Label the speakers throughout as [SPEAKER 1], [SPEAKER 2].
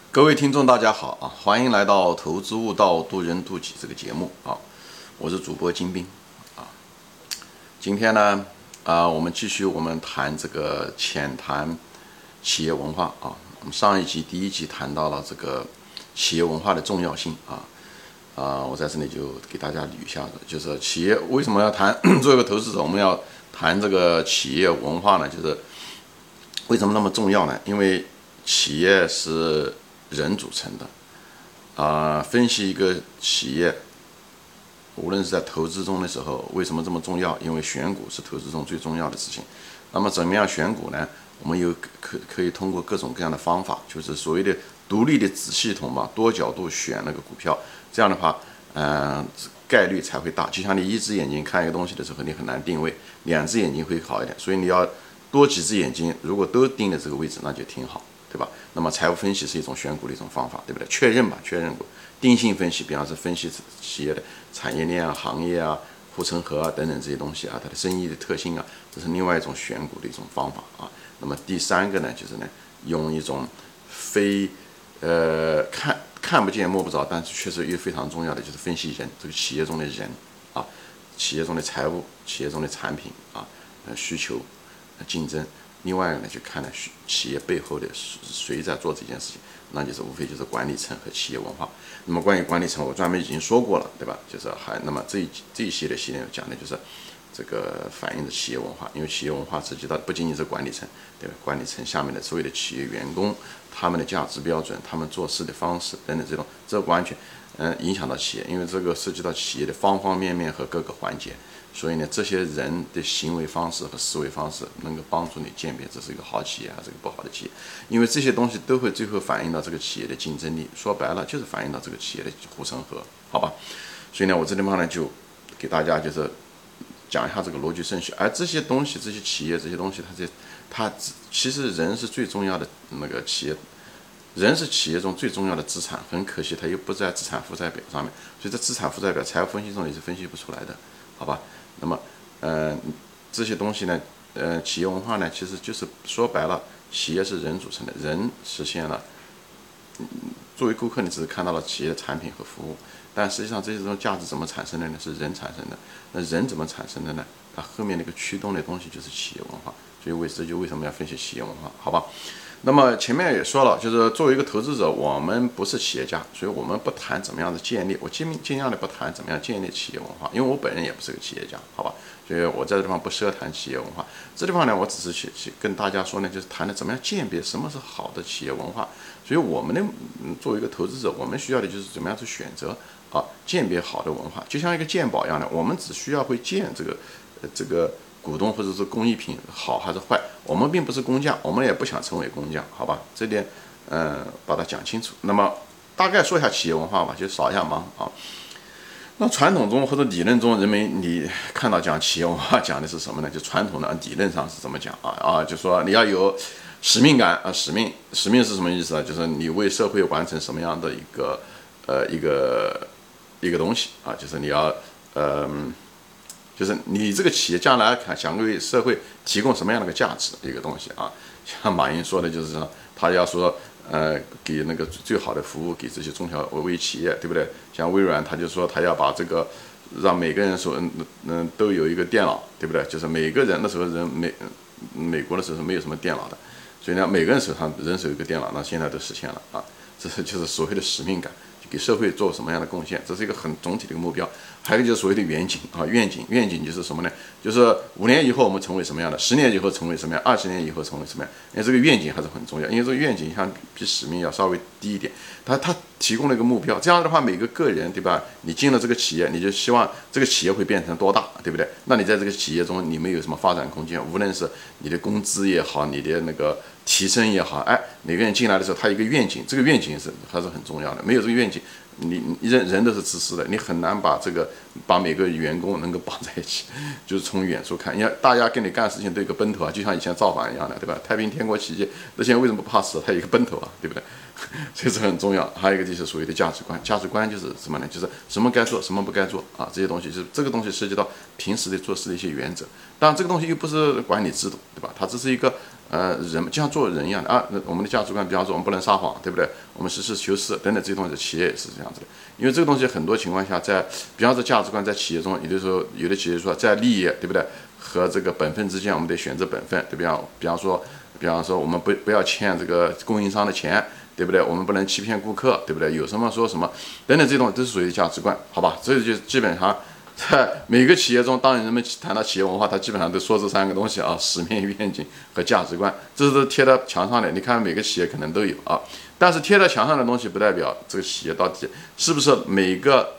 [SPEAKER 1] 各位听众，大家好啊！欢迎来到《投资悟道，渡人渡己》这个节目啊！我是主播金兵啊。今天呢，我们继续谈这个浅谈企业文化啊。我们上一集第一集谈到了这个企业文化的重要性我在这里就给大家捋一下，就是企业为什么要谈？作为一个投资者，我们要谈这个企业文化呢？就是为什么那么重要呢？因为企业是人组成的分析一个企业，无论是在投资中的时候，为什么这么重要？因为选股是投资中最重要的事情。那么怎么样选股呢？我们可以通过各种各样的方法，就是所谓的独立的子系统嘛，多角度选那个股票，这样的话，概率才会大。就像你一只眼睛看一个东西的时候，你很难定位，两只眼睛会好一点，所以你要多几只眼睛，如果都盯着这个位置，那就挺好。对吧？那么财务分析是一种选股的一种方法，对不对？确认股。定性分析，比方说分析企业的产业链行业护城河等等这些东西它的生意的特性这是另外一种选股的一种方法那么第三个呢，就是呢，用一种非看不见摸不着，但是确实也非常重要的，就是分析人，这个企业中的人企业中的财务，企业中的产品需求、竞争。另外呢，就看了企业背后的谁在做这件事情，那就是无非就是管理层和企业文化。那么关于管理层，我专门已经说过了，对吧？就是那么这一系列讲的就是这个反映的企业文化，因为企业文化涉及到不仅仅是管理层，对吧？管理层下面的所有的企业员工，他们的价值标准，他们做事的方式等等这完全影响到企业，因为这个涉及到企业的方方面面和各个环节。所以呢，这些人的行为方式和思维方式能够帮助你鉴别这是一个好企业还是一个不好的企业，因为这些东西都会最后反映到这个企业的竞争力，说白了就是反映到这个企业的护城河，好吧？所以呢，我这地方呢就给大家就是讲一下这个逻辑顺序，而这些东西、这些企业、这些东西，它其实人是最重要的那个企业。人是企业中最重要的资产，很可惜它又不在资产负债表上面，所以这资产负债表财务分析中也是分析不出来的，好吧？那么，这些东西呢，企业文化呢，其实就是说白了，企业是人组成的，人实现了。作为顾客，你只是看到了企业的产品和服务，但实际上这种价值怎么产生的呢？是人产生的。那人怎么产生的呢？它后面那个驱动的东西就是企业文化。所以这就为什么要分析企业文化，好吧？那么前面也说了，就是作为一个投资者，我们不是企业家，所以我们不谈怎么样的建立，我尽量的不谈怎么样建立企业文化，因为我本人也不是个企业家，好吧？所以我在这地方不适合谈企业文化。这地方呢，我只是去跟大家说呢，就是谈的怎么样鉴别什么是好的企业文化。所以我们呢，作为一个投资者，我们需要的就是怎么样去选择鉴别好的文化，就像一个鉴宝一样的，我们只需要会鉴这个股东或者是工艺品好还是坏，我们并不是工匠，我们也不想成为工匠，好吧？这点把它讲清楚。那么大概说一下企业文化吧，就扫一下盲那传统中或者理论中，你看到讲企业文化讲的是什么呢？就传统的理论上是怎么讲就说你要有使命感使命是什么意思啊？就是你为社会完成什么样的一个东西就是你要就是你这个企业将来想为社会提供什么样的一个价值的一个东西像马云说的就是说，他要说给那个最好的服务给这些中小微企业，对不对？像微软，他就说他要把这个让每个人都有一个电脑，对不对？就是每个人那时候美国的时候是没有什么电脑的，所以呢，每个人手上人手有一个电脑，那现在都实现了这就是所谓的使命感。给社会做什么样的贡献，这是一个很总体的一个目标。还有就是所谓的远景愿景就是什么呢？就是5年以后我们成为什么样的，10年以后成为什么样，20年以后成为什么样。因为这个愿景还是很重要，因为这个愿景相比使命要稍微低一点，它提供了一个目标。这样的话，每个个人对吧？你进了这个企业，你就希望这个企业会变成多大，对不对？那你在这个企业中，你们有什么发展空间？无论是你的工资也好，你的那个提升也好，每个人进来的时候，他有一个愿景，这个愿景还是很重要的。没有这个愿景，你人都是自私的，你很难把每个员工能够绑在一起。就是从远处看，因为大家跟你干事情都有个奔头就像以前造反一样的，对吧？太平天国起义那些人为什么不怕死？他有一个奔头对不对？这是很重要。还有一个就是所谓的价值观，价值观就是什么呢？就是什么该做，什么不该做这些东西，就是这个东西涉及到平时的做事的一些原则。当然，这个东西又不是管理制度，对吧？它只是一个人就像做人一样的啊，我们的价值观，比方说我们不能撒谎，对不对？我们实事求是等等这些东西，企业也是这样子的。因为这个东西很多情况下在，比方说价值观在企业中，有的时候有的企业说在利益，对不对？和这个本分之间，我们得选择本分，对不对？比方说我们不要欠这个供应商的钱，对不对？我们不能欺骗顾客，对不对？有什么说什么等等，这种都是属于价值观，好吧？所以就基本上。在每个企业中，当人们谈到企业文化，他基本上都说这3个东西啊：使命、愿景和价值观。这是贴在墙上的，你看每个企业可能都有啊。但是贴在墙上的东西，不代表这个企业到底是不是每个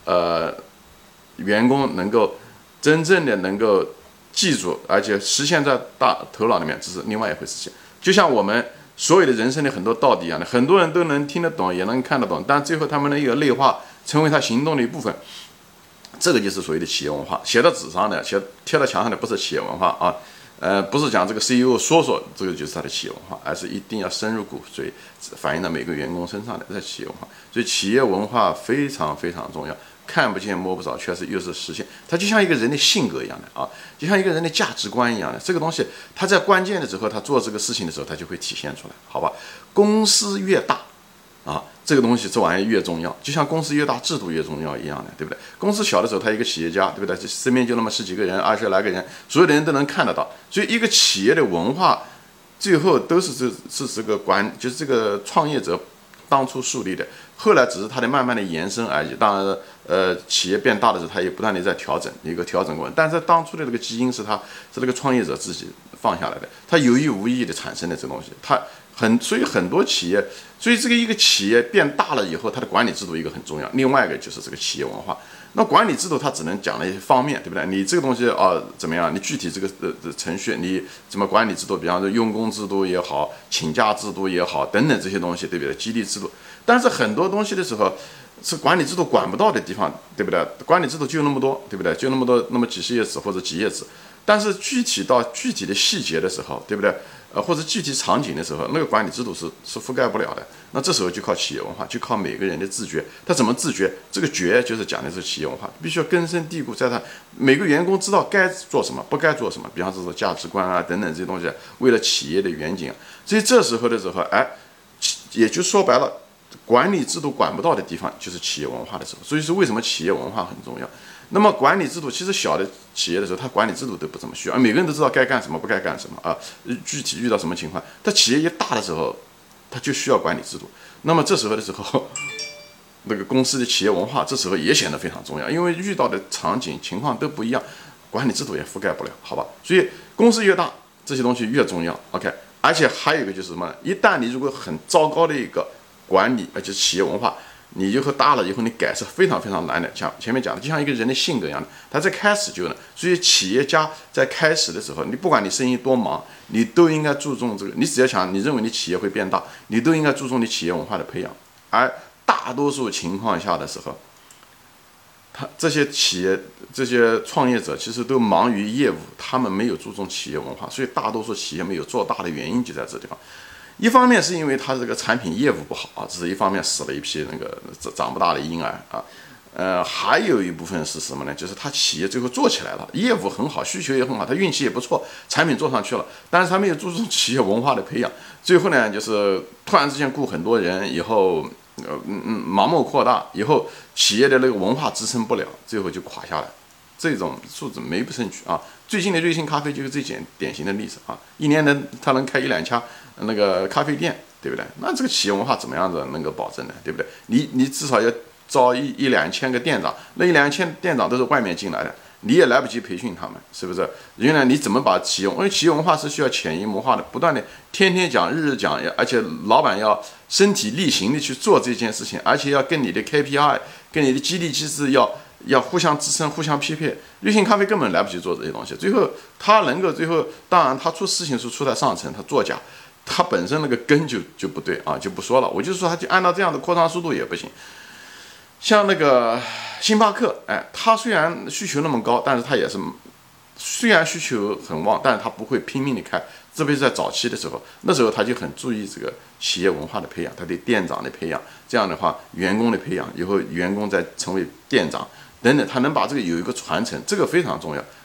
[SPEAKER 1] 员工能够真正的能够记住，而且实现在头脑里面，这是另外一回事情。就像我们所有的人生的很多道理一样的，很多人都能听得懂，也能看得懂，但最后他们能有内化，成为他行动的一部分。这个就是所谓的企业文化，写到纸上的，贴到墙上的不是企业文化啊，不是讲这个 CEO 说这个就是他的企业文化，而是一定要深入骨髓，反映到每个员工身上的这企业文化。所以企业文化非常非常重要，看不见摸不着，却是又是实现。它就像一个人的性格一样的啊，就像一个人的价值观一样的，这个东西他在关键的时候，他做这个事情的时候，他就会体现出来，好吧？公司越大。啊，这个东西这玩意越重要，就像公司越大，制度越重要一样的，对不对？公司小的时候，他一个企业家，对不对？这身边就那么10几个人，20来个人，所有的人都能看得到。所以，一个企业的文化，最后都是这个就是这个创业者当初树立的，后来只是它的慢慢的延伸而已。当然，企业变大的时候，它也不断的在调整，一个调整过程。但是当初的这个基因是这个创业者自己放下来的，他有意无意的产生的这东西，所以很多企业，所以这个一个企业变大了以后，它的管理制度一个很重要，另外一个就是这个企业文化。那管理制度它只能讲了一些方面，对不对？你这个东西怎么样？你具体这个程序，你怎么管理制度？比方说用工制度也好，请假制度也好，等等这些东西，对不对？激励制度。但是很多东西的时候，是管理制度管不到的地方，对不对？管理制度就那么多，对不对？就那么多，那么几十页纸或者几页纸。但是具体到具体的细节的时候，对不对？或者具体场景的时候，那个管理制度是覆盖不了的。那这时候就靠企业文化，就靠每个人的自觉。他怎么自觉？这个觉就是讲的是企业文化，必须要根深蒂固在他每个员工知道该做什么，不该做什么。比方说价值观啊等等这些东西，为了企业的远景。所以这时候的时候，也就说白了，管理制度管不到的地方，就是企业文化的时候。所以说，为什么企业文化很重要？那么管理制度，其实小的企业的时候，它管理制度都不怎么需要，每个人都知道该干什么，不该干什么啊。具体遇到什么情况，它企业一大的时候，它就需要管理制度。那么这时候的时候，那个公司的企业文化，这时候也显得非常重要，因为遇到的场景情况都不一样，管理制度也覆盖不了，好吧？所以公司越大，这些东西越重要。OK， 而且还有一个就是什么呢？一旦你如果很糟糕的一个管理，而且企业文化。你以后大了以后，你改是非常非常难的。像前面讲的，就像一个人的性格一样的，他在开始就能。所以企业家在开始的时候，你不管你生意多忙，你都应该注重这个。你只要想，你认为你企业会变大，你都应该注重你企业文化的培养。而大多数情况下的时候，这些企业、这些创业者其实都忙于业务，他们没有注重企业文化，所以大多数企业没有做大的原因就在这地方。一方面是因为他这个产品业务不好啊，这是一方面死了一批那个长不大的婴儿啊，还有一部分是什么呢？就是他企业最后做起来了，业务很好，需求也很好，他运气也不错，产品做上去了，但是他没有注重企业文化的培养，最后呢，就是突然之间雇很多人以后，盲目扩大以后，企业的那个文化支撑不了，最后就垮下来，这种素质没不胜举啊。最近的瑞幸咖啡就是最典型的例子啊，一年他能开1-2家那个咖啡店，对不对？那这个企业文化怎么样子能够保证呢？对不对？你至少要招1-2千个店长，那1-2千店长都是外面进来的，你也来不及培训他们，是不是？原来你怎么把企业，因为企业文化是需要潜移默化的，不断的天天讲、日日讲，而且老板要身体力行的去做这件事情，而且要跟你的 KPI、跟你的激励机制要互相支撑、互相匹配。瑞幸咖啡根本来不及做这些东西，最后他能够当然他出事情是出在上层，他作假。它本身那个根就不对啊，就不说了。我就说，它就按照这样的扩张速度也不行。像那个星巴克，它虽然需求那么高，但是它也是虽然需求很旺，但是它不会拼命的开。特别是在早期的时候，那时候他就很注意这个企业文化的培养，他对店长的培养，这样的话，员工的培养，以后员工再成为店长等等，他能把这个有一个传承，这个非常重要。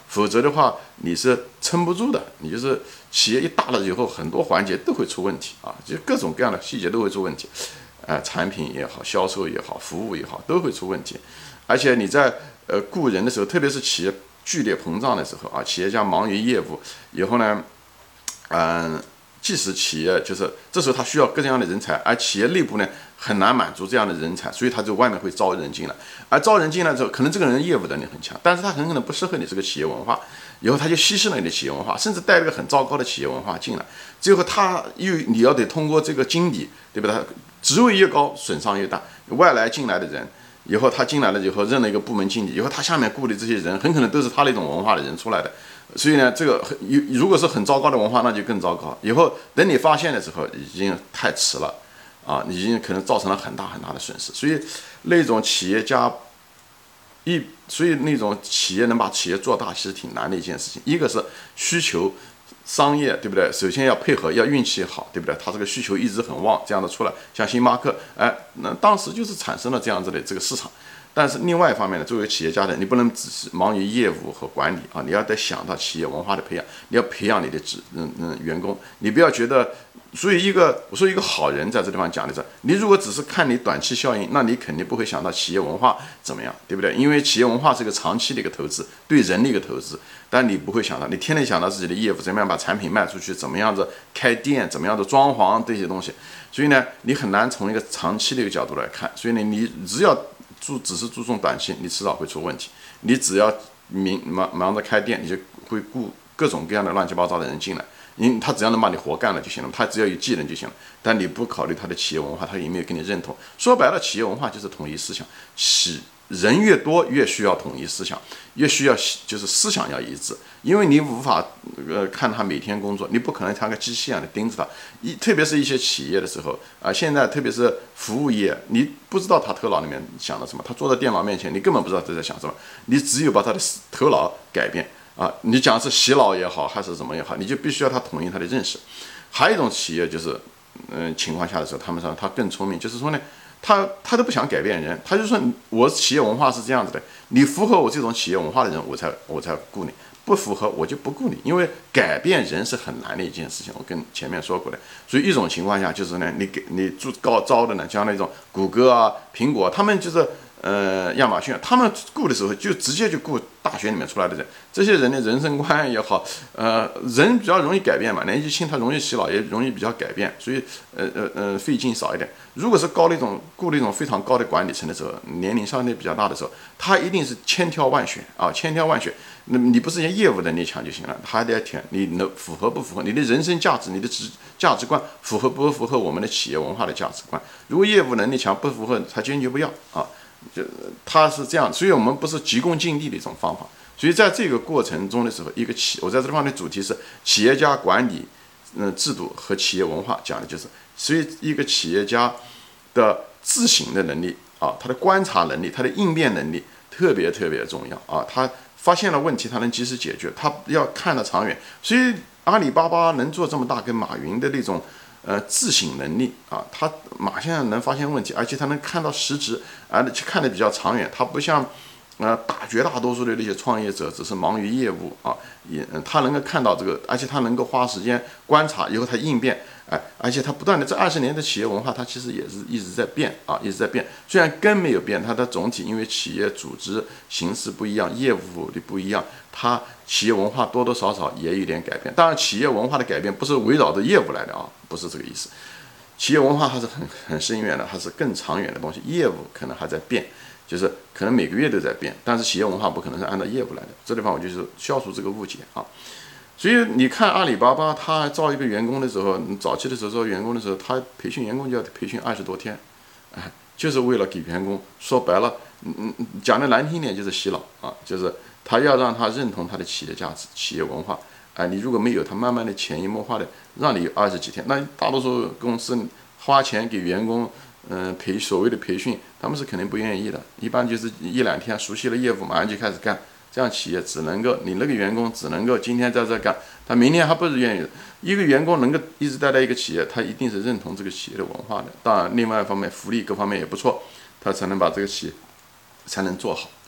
[SPEAKER 1] 否则的话你是撑不住的。你就是企业一大了以后，很多环节都会出问题啊，就各种各样的细节都会出问题，产品也好，销售也好，服务也好，都会出问题。而且你在雇人的时候，特别是企业剧烈膨胀的时候啊，企业家忙于业务以后呢，即使企业就是这时候他需要各种各样的人才，而企业内部呢很难满足这样的人才，所以他就外面会招人进来。而招人进来之后，可能这个人业务能力很强，但是他很可能不适合你这个企业文化，以后他就牺牲了你的企业文化，甚至带了一个很糟糕的企业文化进来。最后你要得通过这个经理，对不对？职位越高，损伤越大。外来进来的人。以后他进来了以后，任了一个部门经理，以后他下面雇的这些人很可能都是他那种文化的人出来的，所以呢，这个如果是很糟糕的文化，那就更糟糕。以后等你发现的时候，已经太迟了，啊，已经可能造成了很大很大的损失。所以那种企业家所以那种企业能把企业做大，其实挺难的一件事情。一个是需求。商业对不对？首先要配合，要运气好，对不对？他这个需求一直很旺，这样的出来，像星巴克，那当时就是产生了这样子的这个市场。但是另外一方面呢，作为企业家的，你不能只是忙于业务和管理啊，你要得想到企业文化的培养，你要培养你的员工，你不要觉得。所以我说一个好人在这地方讲的是，你如果只是看你短期效应，那你肯定不会想到企业文化怎么样，对不对？因为企业文化是一个长期的一个投资，对人的一个投资，但你不会想到，你天天想到自己的业务怎么样把产品卖出去，怎么样子开店，怎么样子装潢这些东西，所以呢，你很难从一个长期的一个角度来看。所以呢，你只是注重短期，你迟早会出问题。你只要忙着开店，你就会雇各种各样的乱七八糟的人进来。他只要能把你活干了就行了，他只要有技能就行了。但你不考虑他的企业文化，他有没有跟你认同？说白了，企业文化就是统一思想。人越多，越需要统一思想，越需要就是思想要一致。因为你无法看他每天工作，你不可能像个机器一样的盯着他。特别是一些企业的时候啊，现在特别是服务业，你不知道他头脑里面想的什么，他坐在电脑面前，你根本不知道他在想什么。你只有把他的头脑改变。啊，你讲是洗脑也好，还是怎么也好，你就必须要他统一他的认识。还有一种企业就是，情况下的时候，他们说他更聪明，就是说呢，他都不想改变人，他就说我企业文化是这样子的，你符合我这种企业文化的人，我才雇你，不符合我就不雇你，因为改变人是很难的一件事情，我跟前面说过的。所以一种情况下就是呢，你招的呢，像那种谷歌啊、苹果，他们就是。亚马逊他们雇的时候就直接就雇大学里面出来的人，这些人的人生观也好，人比较容易改变嘛，年纪轻他容易洗脑，也容易比较改变，所以费劲少一点。如果是雇那种非常高的管理层的时候，年龄相对比较大的时候，他一定是千挑万选啊，千挑万选。那你不是业务能力强就行了，他还得填你能符合不符合你的人生价值，你的价值观符合不符合我们的企业文化的价值观？如果业务能力强不符合，他坚决不要啊。就他是这样，所以我们不是急功近利的一种方法。所以在这个过程中的时候，我在这地方的主题是企业家管理，制度和企业文化，讲的就是，所以一个企业家的自省的能力啊，他的观察能力，他的应变能力特别特别重要啊。他发现了问题，他能及时解决，他要看得长远。所以阿里巴巴能做这么大，跟马云的那种。自省能力啊，他马上能发现问题，而且他能看到实质，看得比较长远。他不像，绝大多数的那些创业者只是忙于业务啊，他能够看到这个，而且他能够花时间观察，以后他应变，而且他不断的这20年的企业文化，它其实也是一直在变啊，一直在变。虽然根没有变，它的总体因为企业组织形式不一样，业务的不一样，它企业文化多多少少也有点改变。当然，企业文化的改变不是围绕着业务来的啊，不是这个意思。企业文化它是很深远的，它是更长远的东西。业务可能还在变，就是可能每个月都在变，但是企业文化不可能是按照业务来的。这地方我就是消除这个误解啊。所以你看阿里巴巴，他招一个员工的时候，早期的时候招员工的时候，他培训员工就要培训20多天，就是为了给员工说白了，讲的难听点就是洗脑啊，就是他要让他认同他的企业价值、企业文化。你如果没有，他慢慢的潜移默化的让你有20几天。那大多数公司花钱给员工，所谓的培训，他们是肯定不愿意的。一般就是1-2天熟悉了业务，马上就开始干。这样企业只能够，你那个员工只能够今天在这干，他明天还不是愿意的。一个员工能够一直待在一个企业，他一定是认同这个企业的文化的。当然，另外一方面福利各方面也不错，他才能把这个企业才能做好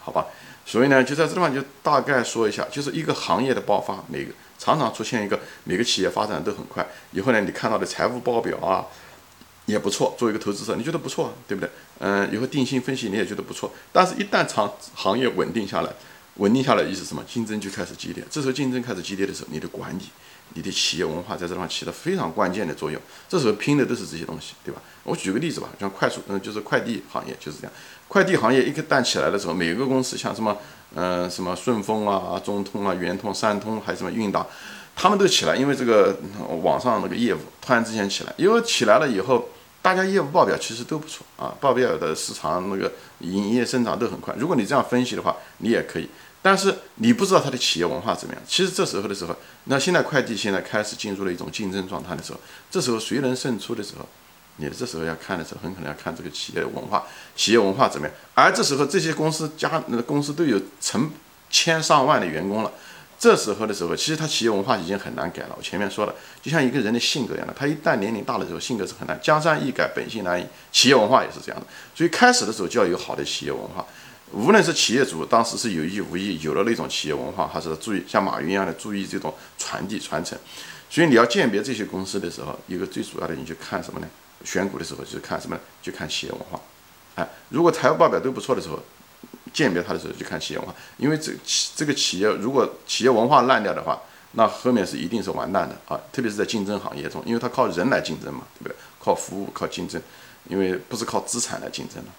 [SPEAKER 1] 好吧？所以呢，就在这地方就大概说一下，就是一个行业的爆发，常常出现一个每个企业发展都很快，以后呢，你看到的财务报表啊也不错，作为一个投资者，你觉得不错，对不对？以后定性分析你也觉得不错，但是一旦行业稳定下来，意思是什么？竞争就开始激烈，这时候竞争开始激烈的时候，你的管理。你的企业文化在这地方起了非常关键的作用，这时候拼的都是这些东西，对吧？我举个例子吧，像就是快递行业就是这样，快递行业一旦起来的时候，每个公司像什么什么顺丰啊、中通啊、圆通、三通，还有什么韵达，他们都起来，因为这个网上那个业务突然之间起来，因为起来了以后，大家业务报表其实都不错啊，报表的市场那个营业增长都很快。如果你这样分析的话，你也可以。但是你不知道它的企业文化怎么样。其实这时候的时候，那现在快递现在开始进入了一种竞争状态的时候，这时候谁能胜出的时候，你这时候要看的时候，很可能要看这个企业文化怎么样。而这时候这些公司都有成千上万的员工了，这时候的时候，其实他企业文化已经很难改了。我前面说了，就像一个人的性格一样的，他一旦年龄大了之后，性格是很难。江山易改，本性难移，企业文化也是这样的。所以开始的时候就要有好的企业文化。无论是企业主当时是有意无意有了那种企业文化，还是注意像马云一样的注意这种传承，所以你要鉴别这些公司的时候，一个最主要的你就看什么呢？选股的时候就看什么呢？就看企业文化。如果财务报表都不错的时候，鉴别它的时候就看企业文化，因为这个企业如果企业文化烂掉的话，那后面是一定是完蛋的啊！特别是在竞争行业中，因为它靠人来竞争嘛，对不对？靠服务，靠竞争，因为不是靠资产来竞争的。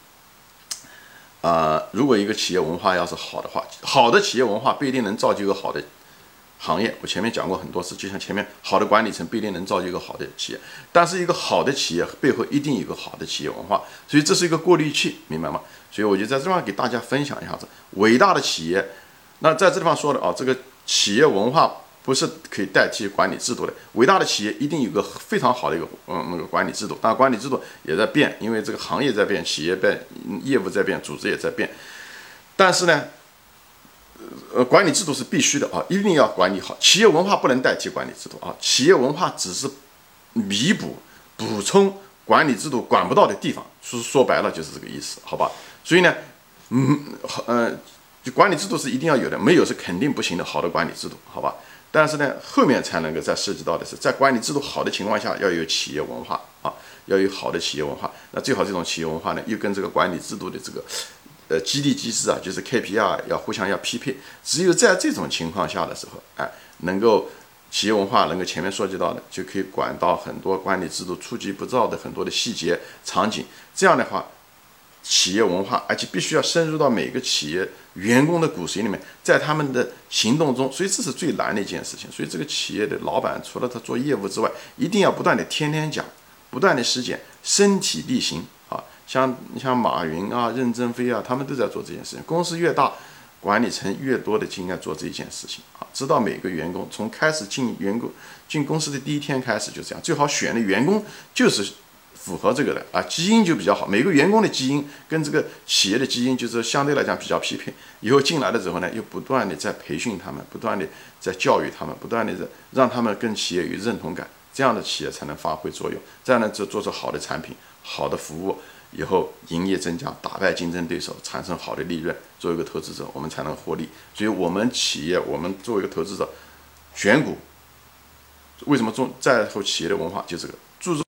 [SPEAKER 1] 如果一个企业文化要是好的话，好的企业文化不一定能造就一个好的行业。我前面讲过很多次，就像前面好的管理层不一定能造就一个好的企业，但是一个好的企业背后一定有一个好的企业文化，所以这是一个过滤器，明白吗？所以我就在这地方给大家分享一下子伟大的企业。那在这地方说的这个企业文化不是可以代替管理制度的。伟大的企业一定有个非常好的一个那个管理制度，当然管理制度也在变，因为这个行业在变，企业变，业务在变，组织也在变。但是呢，管理制度是必须的一定要管理好。企业文化不能代替管理制度企业文化只是补充管理制度管不到的地方，说白了就是这个意思，好吧？所以呢，就管理制度是一定要有的，没有是肯定不行的好的管理制度，好吧？但是呢，后面才能够再涉及到的是，在管理制度好的情况下，要有企业文化要有好的企业文化。那最好这种企业文化呢，又跟这个管理制度的这个激励机制就是 KPI 要互相匹配。只有在这种情况下的时候，能够企业文化能够前面说及到的，就可以管到很多管理制度触及不到的很多的细节场景。这样的话，企业文化，而且必须要深入到每个企业员工的骨髓里面，在他们的行动中，所以这是最难的一件事情。所以这个企业的老板除了他做业务之外，一定要不断的天天讲，不断的实践，身体力行像马云任正非他们都在做这件事情。公司越大，管理层越多的就应该做这一件事情知道每个员工从开始进公司的第一天开始就这样，最好选的员工就是符合这个的基因就比较好。每个员工的基因跟这个企业的基因就是相对来讲比较匹配。以后进来的时候呢，又不断的在培训他们，不断的在教育他们，不断的让他们跟企业有认同感，这样的企业才能发挥作用。这样呢，就做出好的产品、好的服务，以后营业增加，打败竞争对手，产生好的利润。作为一个投资者，我们才能获利。所以，我们企业，我们作为一个投资者，选股为什么在乎企业的文化，就这个注重。